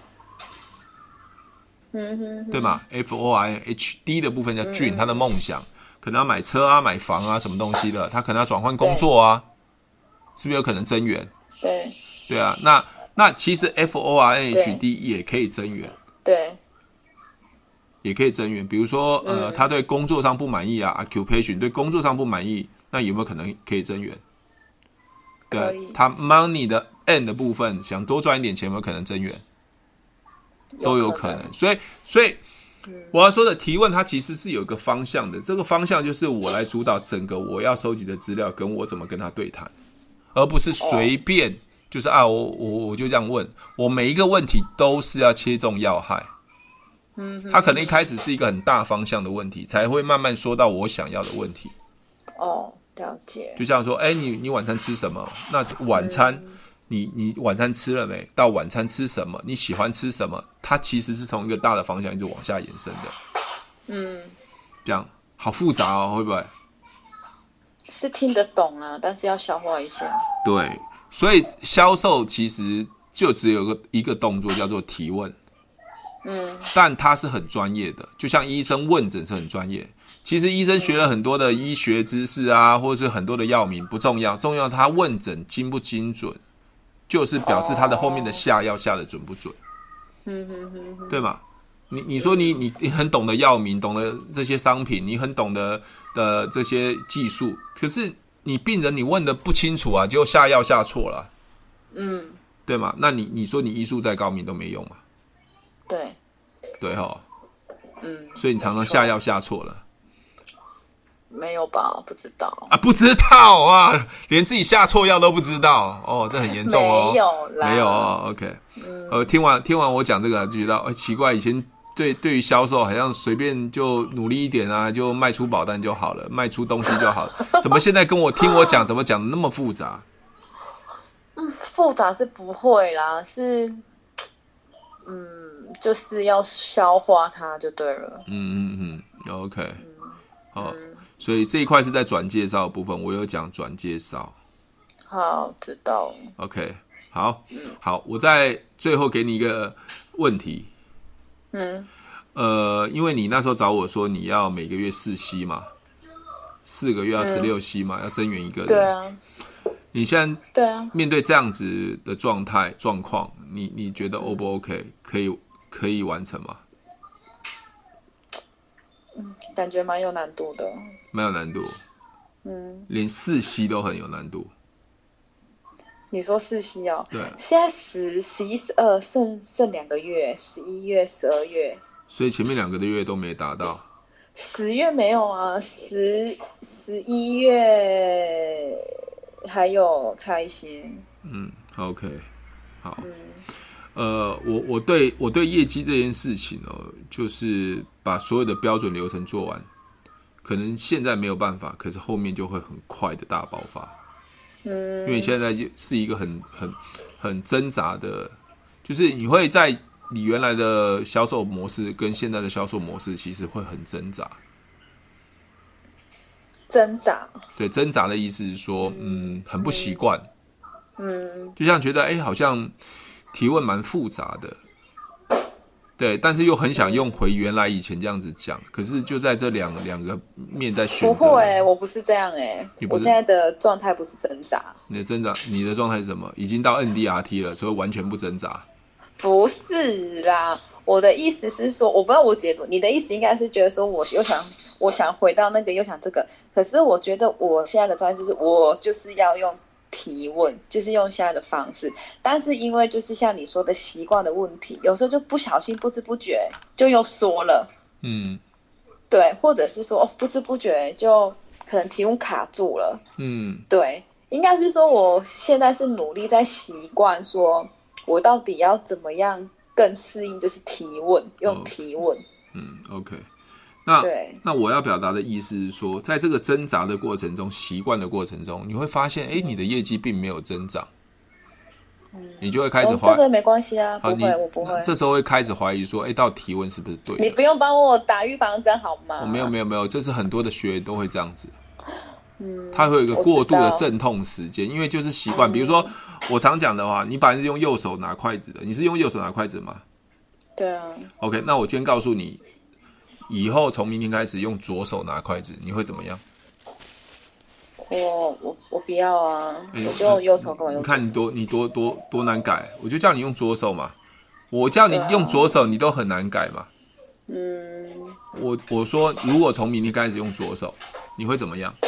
嗯哼，对吗 ？F O R H D 的部分叫 dream，、嗯、他的梦想。可能要买车啊、买房啊，什么东西的，他可能要转换工作啊，是不是有可能增援？ 对， 对啊，那那其实 F O R N H D 也可以增援， 对， 也可以增援。比如说，呃，嗯、他对工作上不满意啊 ，occupation 对工作上不满意，那有没有可能可以增援？对，他 money 的 N 的部分想多赚一点钱，有没有可能增援？都有可能，所以所以。我要说的提问，它其实是有一个方向的，这个方向就是我来主导整个我要收集的资料，跟我怎么跟他对谈，而不是随便、哦、就是啊，我我我就这样问，我每一个问题都是要切中要害。嗯，他可能一开始是一个很大方向的问题，才会慢慢说到我想要的问题。 哦，了解。 就像说，哎，你你晚餐吃什么？那晚餐。嗯你你晚餐吃了没？到晚餐吃什么？你喜欢吃什么？它其实是从一个大的方向一直往下延伸的。嗯，这样好复杂哦，会不会？ 是听得懂啊，但是要消化一下。 对，所以销售其实就只有一个一个动作叫做提问。嗯，但它是很专业的，就像医生问诊是很专业。其实医生学了很多的医学知识啊，或者是很多的药名不重要，重要他问诊精不精准。就是表示他的后面的下药下的准不准，嗯哼哼哼，对吗？你你说你你你很懂得药名，懂得这些商品，你很懂得的这些技术，可是你病人你问的不清楚啊，结果下药下错了，嗯，对吗？那你你说你医术再高明都没用嘛？ 对， 对齁，嗯，所以你常常下药下错了。 没有吧？不知道啊，不知道啊，连自己下错药都不知道哦，这很严重哦。 没有啦， 没有哦 ，OK。嗯，呃，听完听完我讲这个，就觉得哎奇怪，以前对对于销售，好像随便就努力一点啊，就卖出保单就好了，卖出东西就好了。怎么现在跟我听我讲，怎么讲的那么复杂？ 嗯，复杂是不会啦，是嗯，就是要消化它就对了。 嗯嗯嗯 ，OK， 好、嗯，所以这一块是在转介绍的部分，我有讲转介绍。 好，知道。 OK， 好，好，我在最后给你一个问题。 嗯， 呃，因为你那时候找我说你要每个月四息嘛，四个月要十六息嘛，嗯、要增援一个人。 对啊。 你现在对啊， 面对这样子的状态状况，你你觉得 O 不 OK？可以可以完成吗？ 嗯，感觉蛮有难度的。 蛮有难度。 嗯， 连四息都很有难度。 你说四息哦？ 对。 现在十、十一、十二剩剩两个月，十一月、十二月。 所以前面两个的月都没达到。 十月没有啊，十十一月还有差一些。 嗯 ，OK， 好。 嗯、 呃，我我对我对业绩这件事情哦，就是把所有的标准流程做完，可能现在没有办法，可是后面就会很快的大爆发。 嗯， 因为现在是一个很很很挣扎的，就是你会在你原来的销售模式跟现在的销售模式其实会很挣扎。 挣扎。 对，挣扎的意思是说，嗯，很不习惯。 嗯， 就像觉得，哎，好像提问蛮复杂的。对，但是又很想用回原来以前这样子讲，可是就在这两两个面在选择。 不会、欸，我不是这样哎、欸，我现在的状态不是挣扎。 你的挣扎，你的状态是什么？已经到 N D R T 了，所以完全不挣扎。 不是啦，我的意思是说，我不知道我解读你的意思，应该是觉得说，我又想，我想回到那个，又想这个，可是我觉得我现在的状态就是，我就是要用提问，就是用现在的方式，但是因为就是像你说的习惯的问题，有时候就不小心不知不觉就又说了， 嗯， 对，或者是说、哦、不知不觉就可能提问卡住了， 嗯，对， 应该是说我现在是努力在习惯说。我到底要怎么样更适应？就是提问，用提问。 Oh, 嗯 ，OK 那。那那我要表达的意思是说，在这个挣扎的过程中，习惯的过程中，你会发现，哎，你的业绩并没有增长，嗯、你就会开始怀疑、 哦。这个没关系啊，不会，我不会。 这时候会开始怀疑说，哎，到底提问是不是对的？ 你不用帮我打预防针好吗？ 哦，没有没有没有，这是很多的学员都会这样子。嗯，它会有一个过度的阵痛时间，因为就是习惯。比如说，我常讲的话，你本来是用右手拿筷子的，你是用右手拿筷子吗？ 对啊。 OK， 那我今天告诉你，以后从明天开始用左手拿筷子，你会怎么样？ 我我我不要啊！欸、我就右手干嘛用左手？ 你看你多你多多多难改，我就叫你用左手嘛。我叫你用左手，你都很难改嘛。 嗯。 我我说，如果从明天开始用左手，你会怎么样？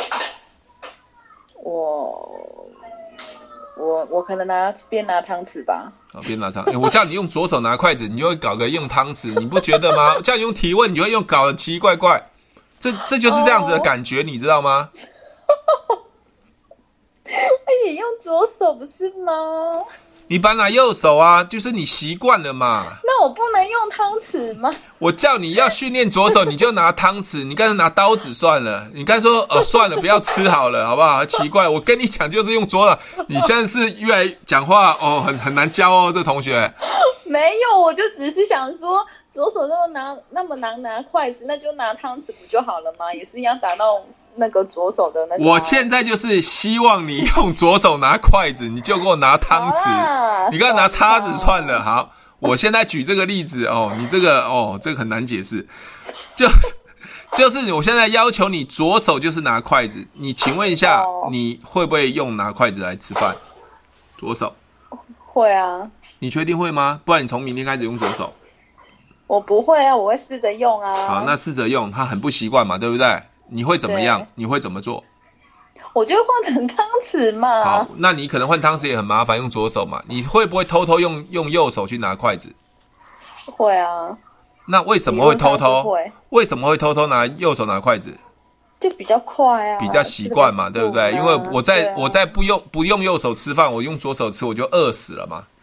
我我我可能拿边拿汤匙吧， 啊，边拿汤、欸。我叫你用左手拿筷子，你就会搞个用汤匙，你不觉得吗？叫你用提问，你就会用搞得奇奇怪怪，这这就是这样子的感觉， oh. 你知道吗？ 也用左手不是吗？ 你把拿右手啊，就是你习惯了嘛。 那我不能用汤匙吗？ 我叫你要训练左手，你就拿汤匙，你干脆拿刀子算了。你干脆说哦，算了，不要吃好了，好不好？奇怪，我跟你讲就是用左手。你现在是越来讲话哦，很很难教哦，这同学。 没有，我就只是想说，左手那么拿那么难拿筷子，那就拿汤匙不就好了吗？也是一样达到那个左手的那个。 我现在就是希望你用左手拿筷子，你就给我拿汤匙，你刚才拿叉子算了。好，我现在举这个例子哦，你这个哦，这个很难解释，就是就是我现在要求你左手就是拿筷子，你请问一下，哦、你会不会用拿筷子来吃饭？左手会啊。 你确定会吗？不然你从明天开始用左手。 我不会啊，我会试着用啊。 好，那试着用，他很不习惯嘛，对不对？你会怎么样？你会怎么做？ 我就换成汤匙嘛。 好，那你可能换汤匙也很麻烦，用左手嘛。你会不会偷偷用用右手去拿筷子？ 会啊。 那为什么会偷偷？会为什么会偷偷拿右手拿筷子？ 就比较快啊， 比较习惯嘛，对不对？因为我在、啊、我在不用不用右手吃饭，我用左手吃，我就饿死了嘛。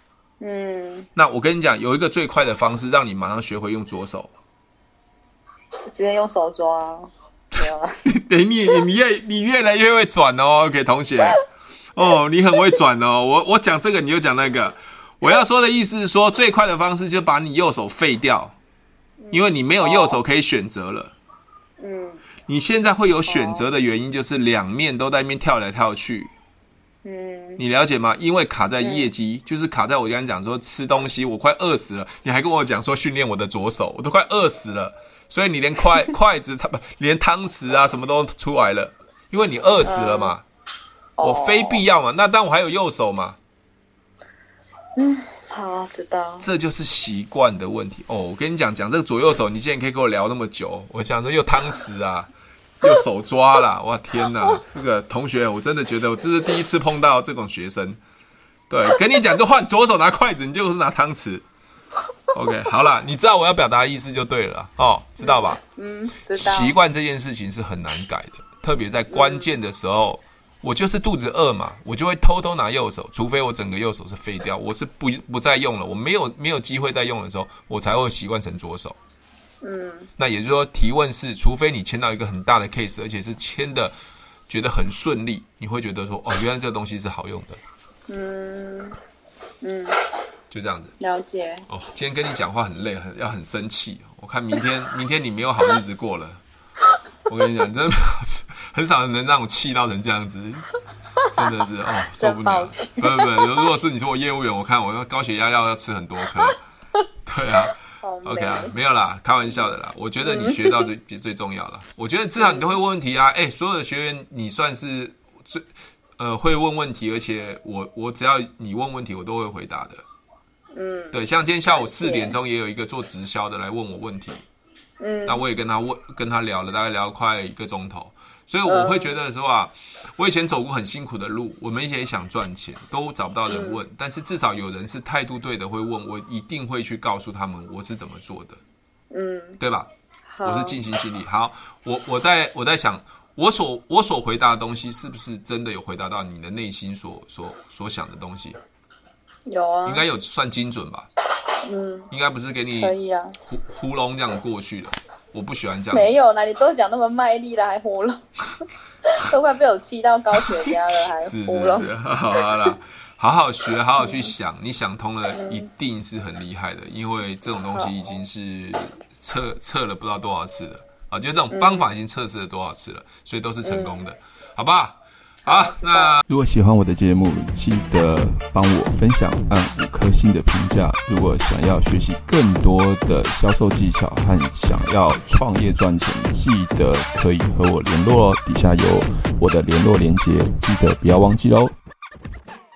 嗯， 那我跟你讲，有一个最快的方式，让你马上学会用左手， 直接用手抓。没有啊， 你你越你越来越会转哦，给同学。哦，你很会转哦。我我讲这个，你就讲那个。我要说的意思是说，最快的方式就把你右手废掉，因为你没有右手可以选择了。 嗯， 你现在会有选择的原因，就是两面都在那边跳来跳去。 嗯， 你了解吗？因为卡在业绩，嗯、就是卡在我刚才讲说吃东西，我快饿死了，你还跟我讲说训练我的左手，我都快饿死了，所以你连筷筷子、连汤匙啊什么都出来了，因为你饿死了嘛。嗯、我非必要嘛，那但我还有右手嘛。 嗯，好，知道。 这就是习惯的问题哦。我跟你讲，讲这个左右手，你竟然可以跟我聊那么久。我讲说又汤匙啊。又手抓啦，哇天哪！这个同学，我真的觉得我这是第一次碰到这种学生。对，跟你讲就换左手拿筷子，你就是拿汤匙。OK， 好啦，你知道我要表达的意思就对了哦，知道吧？ 嗯，知道。 习惯这件事情是很难改的，特别在关键的时候，嗯、我就是肚子饿嘛，我就会偷偷拿右手，除非我整个右手是废掉，我是不不再用了，我没有没有机会再用的时候，我才会习惯成左手。 嗯， 那也就是说，提问是，除非你签到一个很大的 case， 而且是签的觉得很顺利，你会觉得说，哦，原来这个东西是好用的。 嗯嗯， 就这样子。 了解。 哦，今天跟你讲话很累，很要很生气。我看明天明天你没有好日子过了。我跟你讲，真的很少人能让我气到成这样子，真的是哦受不了。不不不，如果是你是我业务员，我看我高血压药要吃很多颗。对啊。OK 啊，没有啦，开玩笑的啦。我觉得你学到最、嗯、最重要了。我觉得至少你都会问问题啊。哎，所有的学员你算是最呃会问问题，而且我我只要你问问题，我都会回答的。嗯，对，像今天下午四点钟也有一个做直销的来问我问题，嗯，那我也跟他问跟他聊了，大概聊快一个钟头。所以我会觉得说啊，我以前走过很辛苦的路，我们也想赚钱，都找不到人问，嗯、但是至少有人是态度对的会问，我一定会去告诉他们我是怎么做的，嗯，对吧？我是尽心尽力。好，我我在我在想，我所我所回答的东西是不是真的有回答到你的内心所所所想的东西？ 有啊， 应该有算精准吧？嗯，应该不是给你可以啊糊糊弄这样过去的。我不喜欢这样子。 没有啦，你都讲那么卖力了，还糊弄，都快被我气到高血压了，还糊弄。 是是是，好啦，好好学，好好去想，你想通了，一定是很厉害的，因为这种东西已经是测测了不知道多少次了啊，就这种方法已经测试了多少次了，所以都是成功的，好吧？好，那如果喜欢我的节目，记得帮我分享，按五颗星的评价。如果想要学习更多的销售技巧和想要创业赚钱，记得可以和我联络哦。底下有我的联络连结，记得不要忘记喽。